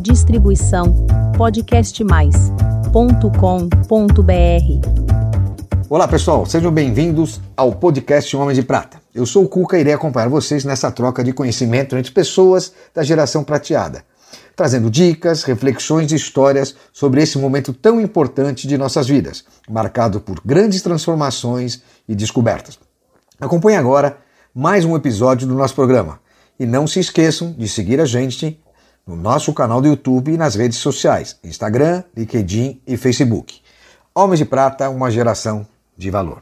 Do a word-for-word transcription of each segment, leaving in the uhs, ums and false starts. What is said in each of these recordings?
Distribuição podcast mais ponto com ponto br. Olá pessoal, sejam bem-vindos ao podcast Homens de Prata. Eu sou o Cuca e irei acompanhar vocês nessa troca de conhecimento entre pessoas da geração prateada, trazendo dicas, reflexões e histórias sobre esse momento tão importante de nossas vidas, marcado por grandes transformações e descobertas. Acompanhe agora mais um episódio do nosso programa e não se esqueçam de seguir a gente no nosso canal do YouTube e nas redes sociais, Instagram, LinkedIn e Facebook. Homens de Prata, uma geração de valor.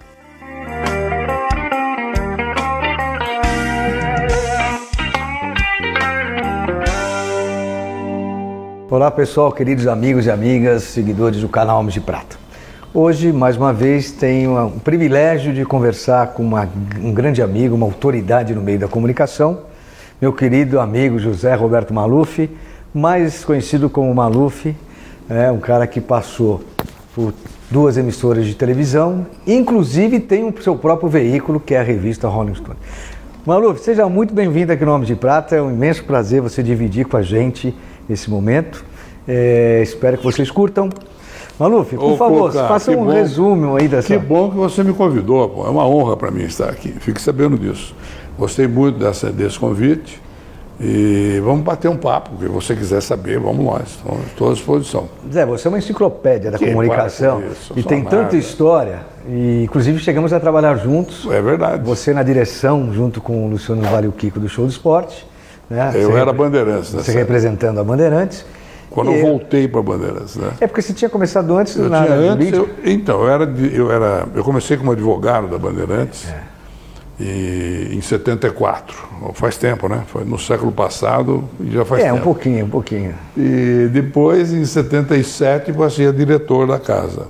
Olá pessoal, queridos amigos e amigas, seguidores do canal Homens de Prata. Hoje, mais uma vez, tenho o privilégio de conversar com uma, um grande amigo, uma autoridade no meio da comunicação, meu querido amigo José Roberto Maluf, mais conhecido como Maluf, é um cara que passou por duas emissoras de televisão, inclusive tem o seu próprio veículo, que é a revista Rolling Stone. Maluf, seja muito bem-vindo aqui no Homens de Prata, é um imenso prazer você dividir com a gente esse momento, é, espero que vocês curtam. Maluf, por Ô, favor, Cuca, faça um bom, resumo aí dessa... Que bom que você me convidou, pô. É uma honra para mim estar aqui, fique sabendo disso. Gostei muito dessa, desse convite e vamos bater um papo, o que você quiser saber, vamos lá, estou à disposição. Zé, você é uma enciclopédia da que comunicação isso, e tem tanta história, e inclusive chegamos a trabalhar juntos. É verdade. Você na direção, junto com o Luciano Vale e o Kiko do Show do Esporte. Né? Eu você, era Bandeirantes. Você representando a Bandeirantes. Quando eu voltei para Bandeirantes, né? É porque você tinha começado antes eu na tinha antes, eu, Então, eu, era, eu, era, eu comecei como advogado da Bandeirantes é. e, em setenta e quatro. Faz tempo, né? Foi no século passado e já faz é, tempo. É, um pouquinho, um pouquinho. E depois, em setenta e sete, passei a diretor da casa.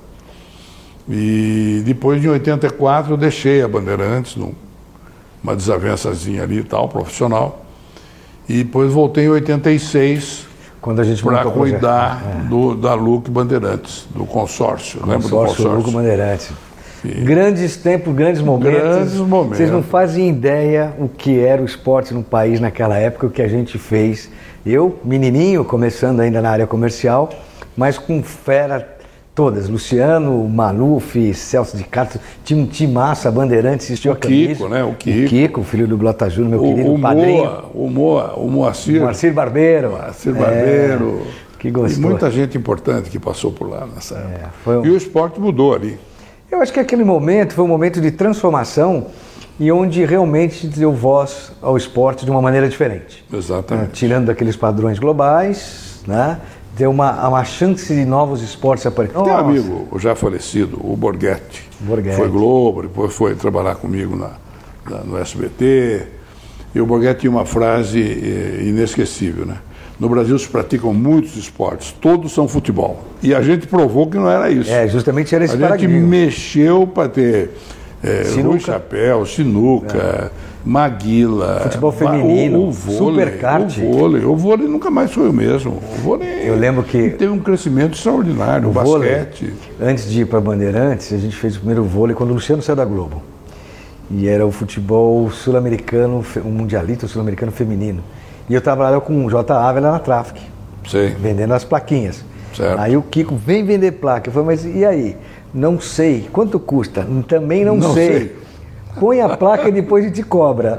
E depois, em oitenta e quatro, eu deixei a Bandeirantes, numa desavençazinha ali e tal, profissional. E depois voltei em oitenta e seis... Quando a gente para cuidar é. do, da Luc Bandeirantes, do consórcio. consórcio Lembra do consórcio? Luc Bandeirantes. E... Grandes tempos, grandes momentos. Grandes momentos. Vocês não fazem ideia o que era o esporte no país naquela época, o que a gente fez. Eu, menininho, começando ainda na área comercial, mas com fera todas. Luciano, Maluf, Celso de Castro, tinha um timaço, Bandeirantes, assistiu a camisa. Kiko, né? O Kiko. O Kiko, filho do Blota Júnior, meu o, querido o padrinho. Moa, o Moa, o Moacir. Moacir Barbeiro. Moacir Barbeiro. É, que gostoso. E muita gente importante que passou por lá nessa época. É, foi um... E o esporte mudou ali. Eu acho que aquele momento foi um momento de transformação e onde realmente deu voz ao esporte de uma maneira diferente. Exatamente. Né? Tirando daqueles padrões globais, né? Deu uma, uma chance de novos esportes aparecerem. Tem um amigo já falecido, o Borghetti. Borghetti. Foi Globo, depois foi trabalhar comigo na, na, no S B T. E o Borghetti tinha uma frase eh, inesquecível, né? No Brasil se praticam muitos esportes, todos são futebol. E a gente provou que não era isso. É, justamente era esse paradigma. A gente mexeu para ter é, Rui Chapéu, sinuca, é. Maguila, futebol feminino, o, o vôlei, superkart. O vôlei, o vôlei nunca mais foi o mesmo. O vôlei Eu lembro que teve um crescimento extraordinário, o, o basquete. Vôlei, antes de ir para Bandeirantes, a gente fez o primeiro vôlei quando o Luciano saiu da Globo. E era o futebol sul-americano, o mundialista sul-americano feminino. E eu trabalhava com o J. Ávila na Traffic, Sei. vendendo as plaquinhas. Certo. Aí o Kiko vem vender placa. Eu falei, mas e aí? Não sei. Quanto custa? Também não, não sei. sei. Põe a placa e depois a gente cobra.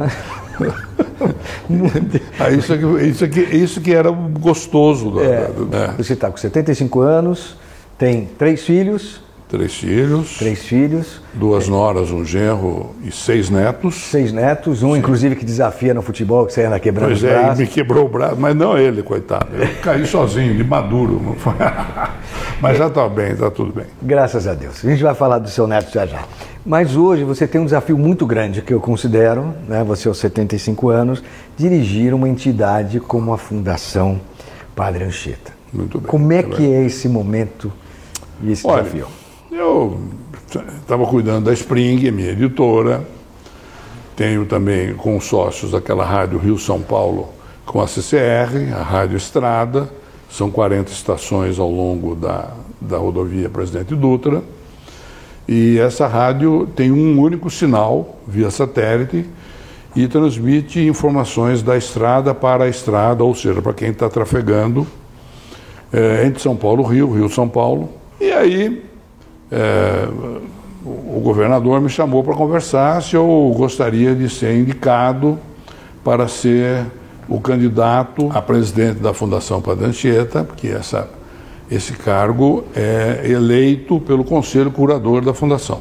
ah, isso, aqui, isso, aqui, isso que era gostoso. Do, é, do, do, é. Você está com setenta e cinco anos, tem três filhos. Três filhos. Três filhos. Duas é. noras, um genro e seis netos. Seis netos, um Sim. inclusive que desafia no futebol, que você anda quebrando pois os é, braços. Ele me quebrou o braço, mas não ele, coitado. Eu caí sozinho, de maduro. Mas já está bem, está tudo bem. Graças a Deus. A gente vai falar do seu neto já já. Mas hoje você tem um desafio muito grande, que eu considero, né, você aos setenta e cinco anos, dirigir uma entidade como a Fundação Padre Anchieta. Muito bem. Como é que é esse momento e esse Olha, desafio? Eu estava cuidando da Spring, minha editora. Tenho também com sócios daquela rádio Rio-São Paulo com a C C R, a Rádio Estrada. São quarenta estações ao longo da, da rodovia Presidente Dutra. E essa rádio tem um único sinal via satélite e transmite informações da estrada para a estrada, ou seja, para quem está trafegando é, entre São Paulo e Rio, Rio São Paulo. E aí é, o governador me chamou para conversar se eu gostaria de ser indicado para ser o candidato a presidente da Fundação Padre Anchieta, porque essa, esse cargo é eleito pelo Conselho Curador da Fundação.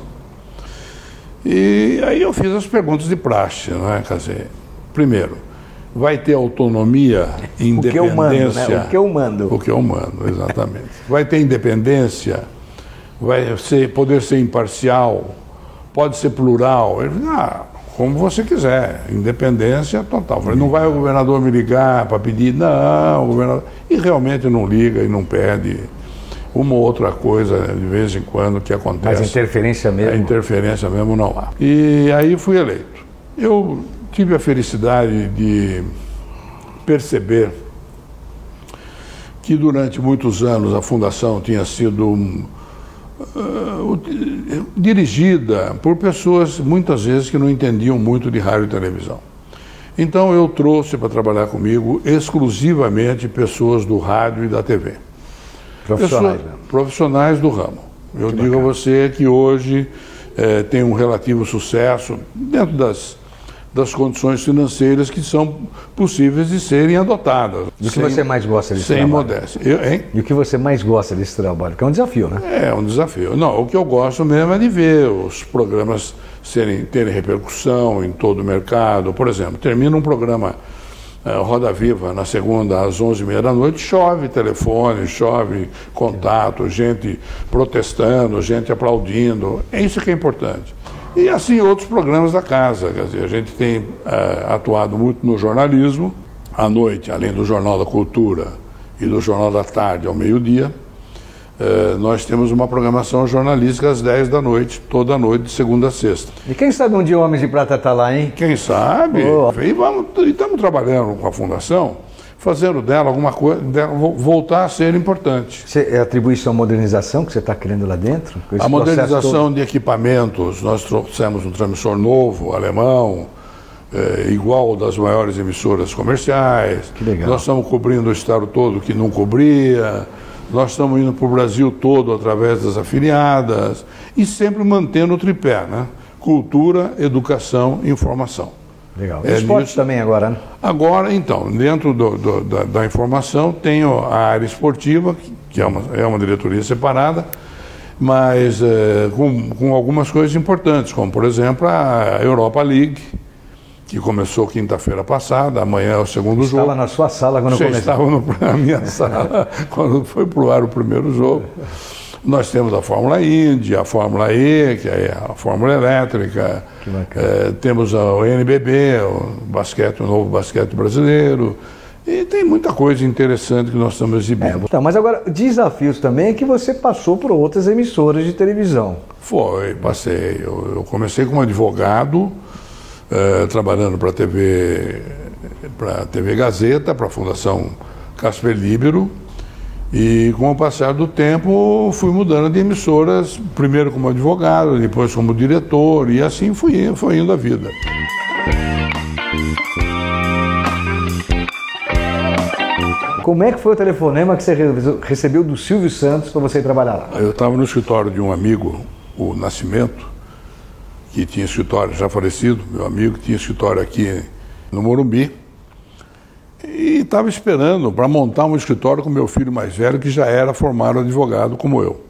E aí eu fiz as perguntas de praxe, não é? Quer dizer, primeiro, vai ter autonomia, independência... O que eu mando, né? O que eu mando. O que eu mando, exatamente. Vai ter independência, vai ser, poder ser imparcial, pode ser plural. Ele, ah, como você quiser, independência total. Eu falei, não vai o governador me ligar para pedir, não, o governador... E realmente não liga e não pede uma ou outra coisa de vez em quando que acontece. Mas interferência mesmo? A interferência mesmo não há. E aí fui eleito. Eu tive a felicidade de perceber que durante muitos anos a Fundação tinha sido uh, dirigida por pessoas, muitas vezes, que não entendiam muito de rádio e televisão. Então eu trouxe para trabalhar comigo exclusivamente pessoas do rádio e da T V. Profissionais. Pessoas, profissionais do ramo. Eu que digo bacana. A você que hoje eh, tem um relativo sucesso dentro das, das condições financeiras que são possíveis de serem adotadas. E o que você mais gosta desse sem trabalho? Sem modéstia. Eu, hein? E o que você mais gosta desse trabalho? Que é um desafio, né? É um desafio. Não, o que eu gosto mesmo é de ver os programas serem, terem repercussão em todo o mercado. Por exemplo, termina um programa uh, Roda Viva na segunda às onze e meia da noite, chove telefone, chove contato, gente protestando, gente aplaudindo. É isso que é importante. E assim outros programas da casa. Quer dizer, a gente tem uh, atuado muito no jornalismo, à noite, além do Jornal da Cultura e do Jornal da Tarde ao meio-dia. Uh, nós temos uma programação jornalística às dez da noite, toda noite, de segunda a sexta. E quem sabe um dia o Homens de Prata está lá, hein? Quem sabe? Oh. E, vamos, e estamos trabalhando com a Fundação, fazendo dela alguma coisa, dela voltar a ser importante. Você atribui isso à modernização que você está querendo lá dentro? A modernização de equipamentos, nós trouxemos um transmissor novo, alemão, é, igual ao das maiores emissoras comerciais. Que legal. Nós estamos cobrindo o estado todo que não cobria. Nós estamos indo para o Brasil todo através das afiliadas e sempre mantendo o tripé, né? Cultura, educação e informação. Legal. É esporte nisso... também agora, né? Agora, então, dentro do, do, da, da informação, tem a área esportiva, que é uma, é uma diretoria separada, mas é, com, com algumas coisas importantes, como, por exemplo, a Europa League, que começou quinta-feira passada, amanhã é o segundo Estava jogo. Estava na sua sala quando Você começou? Estava no, na minha sala quando foi pro ar o primeiro jogo. Nós temos a Fórmula Indy, a Fórmula E, que é a Fórmula Elétrica. Que bacana. É, temos o N B B, o basquete, o novo basquete brasileiro. E tem muita coisa interessante que nós estamos exibindo. É, tá, mas agora, desafios também é que você passou por outras emissoras de televisão. Foi, passei. Eu, eu comecei como advogado, Uh, trabalhando para a T V, para a T V Gazeta, para a Fundação Casper Libero, e com o passar do tempo fui mudando de emissoras, primeiro como advogado, depois como diretor, e assim fui, foi indo a vida. Como é que foi o telefonema que você recebeu do Silvio Santos para você ir trabalhar lá? Eu estava no escritório de um amigo, o Nascimento, que tinha escritório, já falecido, meu amigo, que tinha escritório aqui no Morumbi, e estava esperando para montar um escritório com meu filho mais velho, que já era formado advogado como eu.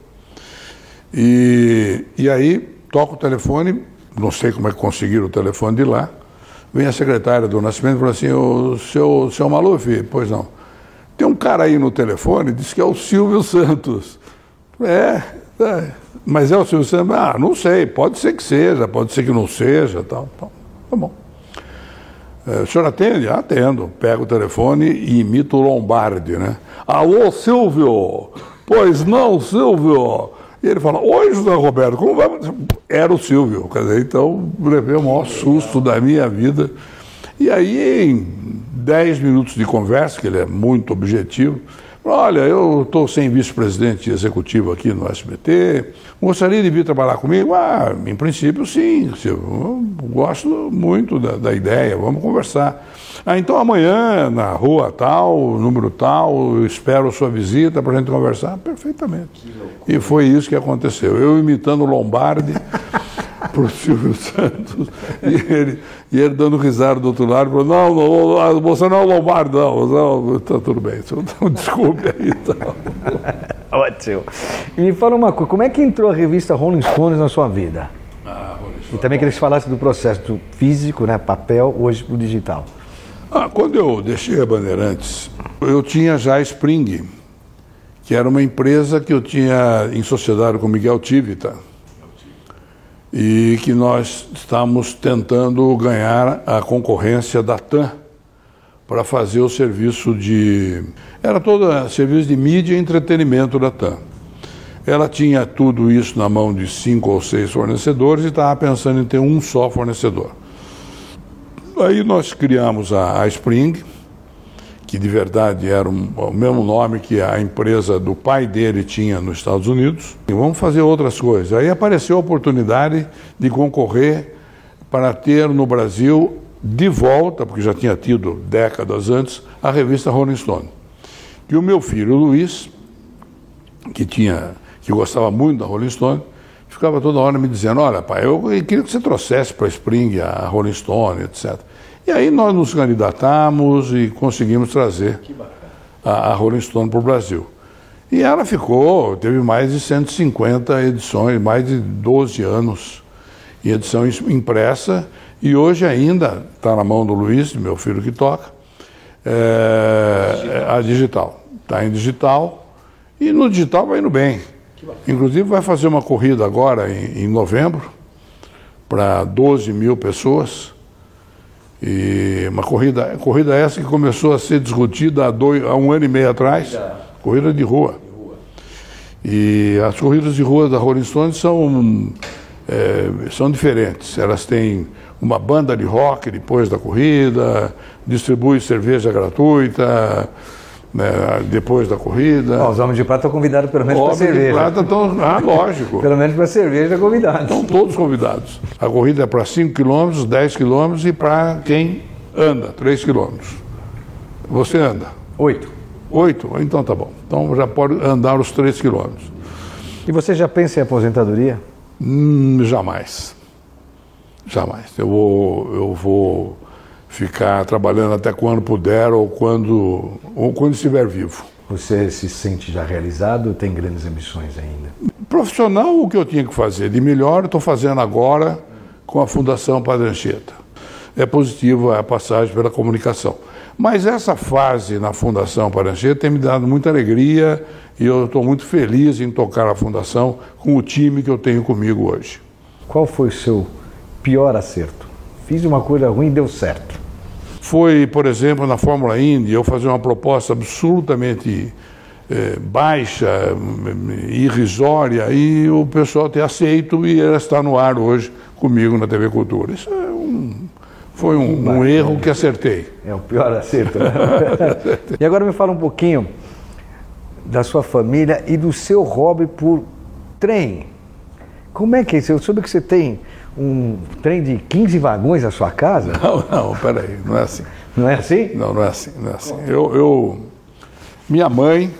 E, e aí, toco o telefone, não sei como é que conseguiram o telefone de lá, vem a secretária do Nascimento e fala assim, o seu, seu Maluf, pois não, tem um cara aí no telefone, diz que é o Silvio Santos. É, é. Mas é o Silvio Santos? Ah, não sei, pode ser que seja, pode ser que não seja, tal, tal. Tá bom. É, o senhor atende? Ah, atendo. Pego o telefone e imito o Lombardi, né? Alô, Silvio! Pois não, Silvio! E ele fala, oi, José Roberto, como vai? Era o Silvio. Quer dizer, então, levei o maior susto da minha vida. E aí, em dez minutos de conversa, que ele é muito objetivo, Olha, eu estou sem vice-presidente executivo aqui no S B T, gostaria de vir trabalhar comigo? Ah, em princípio, sim, eu gosto muito da, da ideia, vamos conversar. Ah, então amanhã, na rua tal, número tal, eu espero sua visita para a gente conversar. Perfeitamente. E foi isso que aconteceu. Eu imitando o Lombardi para o Silvio Santos, e ele, e ele dando risada do outro lado, falou, não, não, você não é o Lombardi, não, está tudo bem, então, desculpe aí. Então. Ótimo. E me fala uma coisa, como é que entrou a revista Rolling Stones na sua vida? Ah, Rolling Stones. E também queria que você falasse do processo do físico, né, papel, hoje para o digital. Ah, quando eu deixei a Bandeirantes, eu tinha já a Spring, que era uma empresa que eu tinha em sociedade com Miguel Tivita, e que nós estamos tentando ganhar a concorrência da TAM para fazer o serviço de... Era todo serviço de mídia e entretenimento da TAM. Ela tinha tudo isso na mão de cinco ou seis fornecedores e estava pensando em ter um só fornecedor. Aí nós criamos a, a Spring, que de verdade era um, o mesmo nome que a empresa do pai dele tinha nos Estados Unidos. E vamos fazer outras coisas. Aí apareceu a oportunidade de concorrer para ter no Brasil de volta, porque já tinha tido décadas antes, a revista Rolling Stone. E o meu filho Luiz, que, tinha, que gostava muito da Rolling Stone, ficava toda hora me dizendo, olha pai, eu queria que você trouxesse para a Spring a Rolling Stone, etcétera. E aí nós nos candidatamos e conseguimos trazer a, a Rolling Stone para o Brasil. E ela ficou, teve mais de cento e cinquenta edições, mais de doze anos em edição impressa, e hoje ainda está na mão do Luiz, meu filho que toca, é, a digital. Está em digital, e no digital vai indo bem. Inclusive vai fazer uma corrida agora em, em novembro, para doze mil pessoas. E uma corrida, corrida essa que começou a ser discutida há, dois, há um ano e meio atrás, corrida de rua. E as corridas de rua da Rolling Stone são, é, são diferentes. Elas têm uma banda de rock depois da corrida, distribui cerveja gratuita, né, depois da corrida. Oh, os Homens de Prata estão convidados pelo menos para cerveja. Os Homens de Prata estão, ah, lógico. Pelo menos para cerveja convidados. Estão todos convidados. A corrida é para cinco quilômetros, dez quilômetros e para quem anda, três quilômetros. Você anda? oito. oito? Então tá bom. Então já pode andar os três quilômetros. E você já pensa em aposentadoria? Hum, jamais. Jamais. Eu vou... Eu vou ficar trabalhando até quando puder ou quando, ou quando estiver vivo. Você se sente já realizado ou tem grandes ambições ainda? Profissional, o que eu tinha que fazer de melhor, estou fazendo agora com a Fundação Padre Anchieta. É positiva a passagem pela comunicação. Mas essa fase na Fundação Padre Anchieta tem me dado muita alegria e eu estou muito feliz em tocar a Fundação com o time que eu tenho comigo hoje. Qual foi o seu pior acerto? Fiz uma coisa ruim e deu certo. Foi, por exemplo, na Fórmula Indy, eu fazer uma proposta absolutamente eh, baixa, irrisória, e o pessoal ter aceito e ela está no ar hoje comigo na T V Cultura. Isso é um, foi um, um erro que acertei. É o pior acerto, né? E agora me fala um pouquinho da sua família e do seu hobby por trem. Como é que é isso? Eu soube que você tem um trem de quinze vagões na sua casa? Não, não, peraí, não é assim. Não é assim? Não, não é assim, não é assim. Eu, eu, minha mãe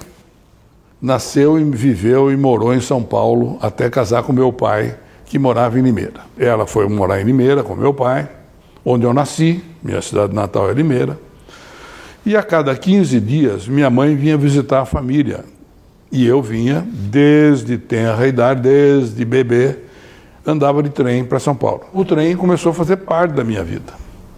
nasceu e viveu e morou em São Paulo até casar com meu pai, que morava em Limeira. Ela foi morar em Limeira com meu pai, onde eu nasci, minha cidade natal é Limeira. E a cada quinze dias, minha mãe vinha visitar a família. E eu vinha, desde tenra idade, desde bebê, andava de trem para São Paulo. O trem começou a fazer parte da minha vida.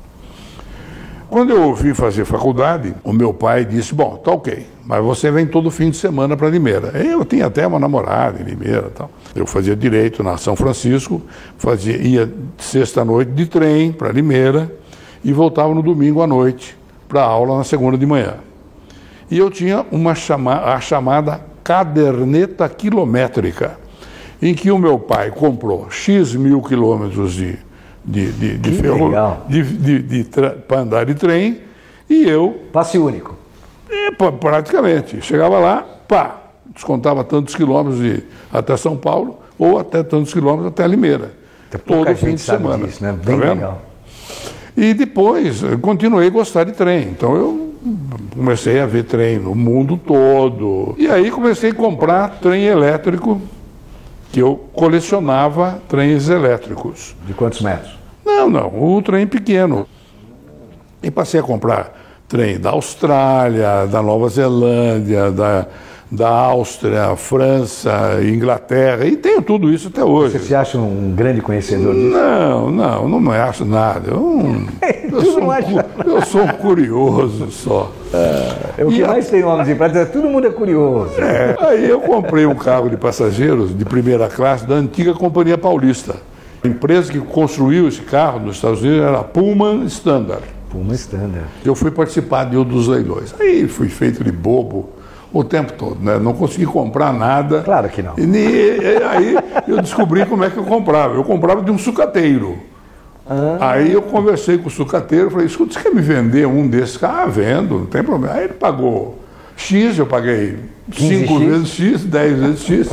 Quando eu vim fazer faculdade, o meu pai disse, bom, tá ok, mas você vem todo fim de semana para Limeira. Eu tinha até uma namorada em Limeira e tal. Eu fazia direito na São Francisco, fazia, ia sexta-noite de trem para Limeira e voltava no domingo à noite para a aula na segunda de manhã. E eu tinha uma chama, a chamada caderneta quilométrica, em que o meu pai comprou X mil quilômetros de, de, de, de ferro, de, de, de, de para andar de trem, e eu... Passe único. É, praticamente. Chegava lá, pá, descontava tantos quilômetros de, até São Paulo ou até tantos quilômetros até Limeira. Todo fim de semana. Disso, né? Bem tá vendo? Legal. E depois continuei a gostar de trem. Então eu comecei a ver trem no mundo todo. E aí comecei a comprar trem elétrico, que eu colecionava trens elétricos. De quantos metros? Não, não, o trem pequeno. E passei a comprar trem da Austrália, da Nova Zelândia, da, da Áustria, França, Inglaterra, e tenho tudo isso até hoje. Você se acha um grande conhecedor disso? Não, não, não me acho nada. Eu, um, eu, sou, um, eu sou um curioso só. É o que e mais a... tem Homens de Prata, todo mundo é curioso. É, aí eu comprei um carro de passageiros de primeira classe da antiga Companhia Paulista. A empresa que construiu esse carro nos Estados Unidos era a Pullman Standard. Pullman Standard. Eu fui participar de um dos leilões. Aí fui feito de bobo o tempo todo, né? Não consegui comprar nada. Claro que não. E, e aí eu descobri como é que eu comprava. Eu comprava de um sucateiro. Ah. Aí eu conversei com o sucateiro, falei, escuta, você quer me vender um desses carros? Ah, vendo, não tem problema. Aí ele pagou X, eu paguei cinco vezes X, dez vezes X.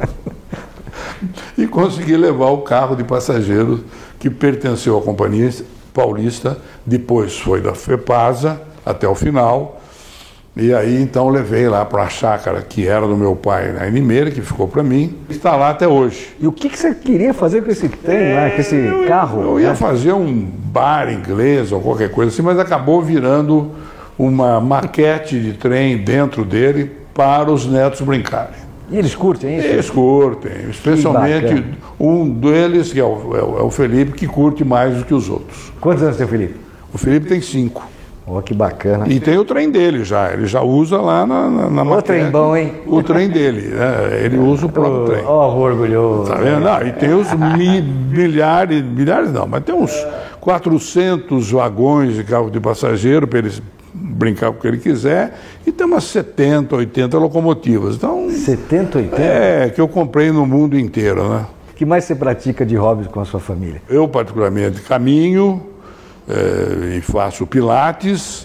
E consegui levar o carro de passageiros que pertenceu à Companhia Paulista, depois foi da FEPASA até o final. E aí então levei lá para a chácara que era do meu pai na Limeira, que ficou para mim, está lá até hoje. E o que, que você queria fazer com esse trem lá, com esse eu, carro? Eu ia né? fazer um bar inglês ou qualquer coisa assim, mas acabou virando uma maquete de trem dentro dele para os netos brincarem. E eles curtem isso? Eles curtem, especialmente um deles, que é o, é, o, é o Felipe, que curte mais do que os outros. Quantos anos tem o Felipe? O Felipe tem cinco. Oh, que bacana. E tem o trem dele já, ele já usa lá na, na, na O maquete, trem bom, hein? O trem dele, né? Ele usa o próprio oh, trem. Ó, oh, orgulhoso. Tá vendo? Não, e tem os mi, milhares, milhares não, mas tem uns quatrocentos vagões de carro de passageiro para eles brincar com o que ele quiser, e tem umas setenta, oitenta locomotivas. Então, setenta, oitenta? É, que eu comprei no mundo inteiro, né? O que mais você pratica de hobbies com a sua família? Eu, particularmente, caminho é, e faço pilates,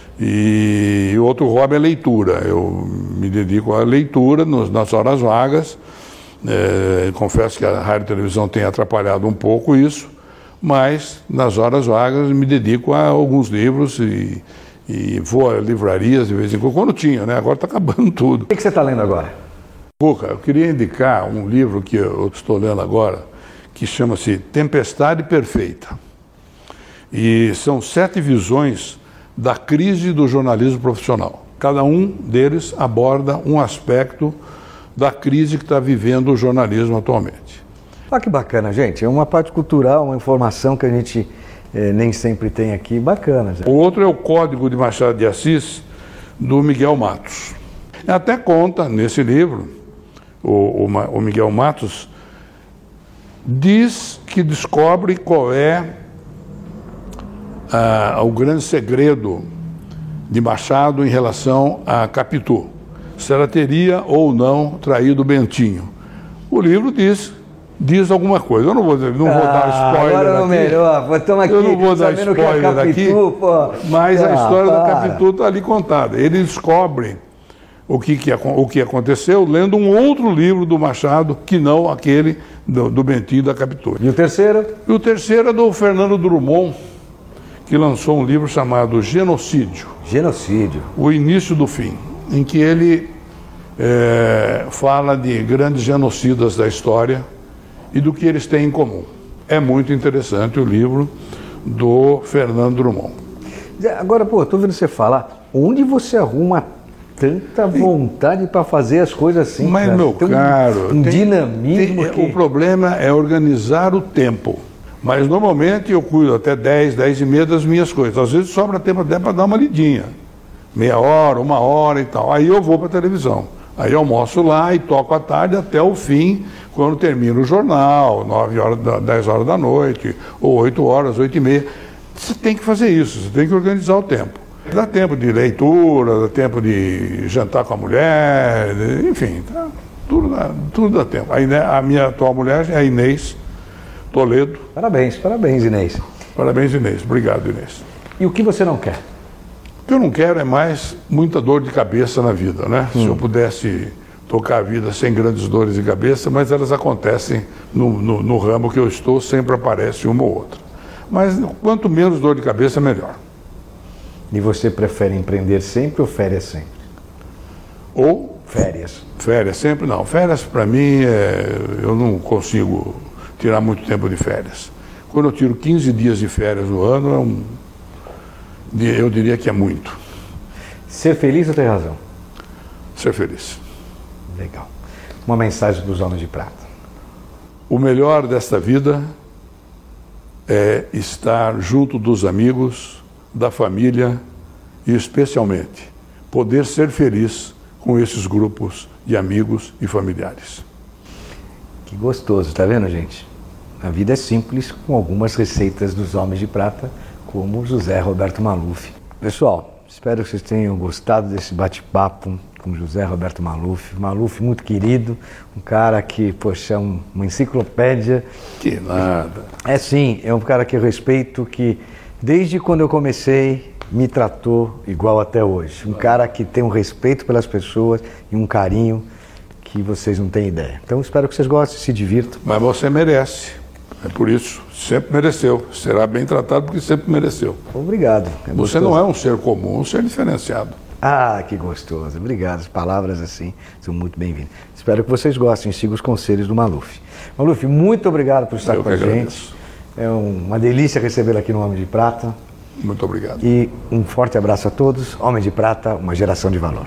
e outro hobby é leitura. Eu me dedico à leitura nos, nas horas vagas. É, confesso que a rádio e televisão tem atrapalhado um pouco isso, mas nas horas vagas me dedico a alguns livros e E vou a livrarias de vez em quando, quando tinha, né? Agora está acabando tudo. O que, que você está lendo agora? Cuca, eu queria indicar um livro que eu estou lendo agora, que chama-se Tempestade Perfeita. E são sete visões da crise do jornalismo profissional. Cada um deles aborda um aspecto da crise que está vivendo o jornalismo atualmente. Ah, que bacana, gente. É uma parte cultural, uma informação que a gente... É, nem sempre tem aqui, bacana. Já. O outro é o Código de Machado de Assis, do Miguel Matos. Até conta, nesse livro, o, o, o Miguel Matos diz que descobre qual é ah, o grande segredo de Machado em relação a Capitu. Se ela teria ou não traído Bentinho. O livro diz... diz alguma coisa. Eu não vou, não vou ah, dar spoiler agora não aqui. Melhor. Pô, aqui. Eu não vou dar spoiler Capitu, aqui, pô. mas ah, a história para. da Capitu está ali contada. Ele descobre o que, que, o que aconteceu lendo um outro livro do Machado, que não aquele do, do Bentinho da Capitu. E o terceiro? E o terceiro é do Fernando Drummond, que lançou um livro chamado Genocídio. Genocídio. O início do fim, em que ele é, fala de grandes genocidas da história e do que eles têm em comum. É muito interessante o livro do Fernando Drummond. Agora, pô, estou vendo você falar, onde você arruma tanta vontade para fazer as coisas assim? Mas, cara? meu tem caro... Um, um tem, dinamismo tem, que... O problema é organizar o tempo. Mas, normalmente, eu cuido até dez, dez e meia das minhas coisas. Às vezes, sobra tempo até para dar uma lidinha. Meia hora, uma hora e tal. Aí eu vou para a televisão. Aí eu almoço lá e toco à tarde até o fim, quando termina o jornal, nove horas, dez horas da noite, ou oito horas, oito e meia. Você tem que fazer isso, você tem que organizar o tempo. Dá tempo de leitura, dá tempo de jantar com a mulher, enfim, tá, tudo, dá, tudo dá tempo. A, a minha atual mulher é a Inês Toledo. Parabéns, parabéns, Inês. Parabéns, Inês. Obrigado, Inês. E o que você não quer? que eu não quero é mais muita dor de cabeça na vida, né? Hum. Se eu pudesse tocar a vida sem grandes dores de cabeça, mas elas acontecem no, no, no ramo que eu estou, sempre aparece uma ou outra. Mas quanto menos dor de cabeça, melhor. E você prefere empreender sempre ou férias sempre? Ou férias? Férias sempre não. Férias para mim, é, eu não consigo tirar muito tempo de férias. Quando eu tiro quinze dias de férias no ano, é um, eu diria que é muito. Ser feliz ou ter razão? Ser feliz. Legal. Uma mensagem para os homens de prata. O melhor desta vida é estar junto dos amigos, da família e, especialmente, poder ser feliz com esses grupos de amigos e familiares. Que gostoso, tá vendo, gente? A vida é simples, com algumas receitas dos homens de prata, como José Roberto Maluf. Pessoal, espero que vocês tenham gostado desse bate-papo com José Roberto Maluf. Maluf muito querido, um cara que, poxa, é um, uma enciclopédia. Que nada. É sim, é um cara que eu respeito, que desde quando eu comecei me tratou igual até hoje. Um cara que tem um respeito pelas pessoas e um carinho que vocês não têm ideia. Então espero que vocês gostem, se divirtam. Mas você merece. É por isso, sempre mereceu. Será bem tratado porque sempre mereceu. Obrigado. É você não é um ser comum, um ser diferenciado. Ah, que gostoso. Obrigado. As palavras assim são muito bem-vindas. Espero que vocês gostem e sigam os conselhos do Maluf. Maluf, muito obrigado por estar Eu com a agradeço. gente. É uma delícia recebê-lo aqui no Homem de Prata. Muito obrigado. E um forte abraço a todos. Homem de Prata, uma geração de valor.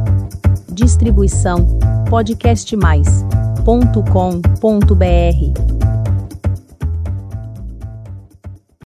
Distribuição podcast mais ponto com ponto br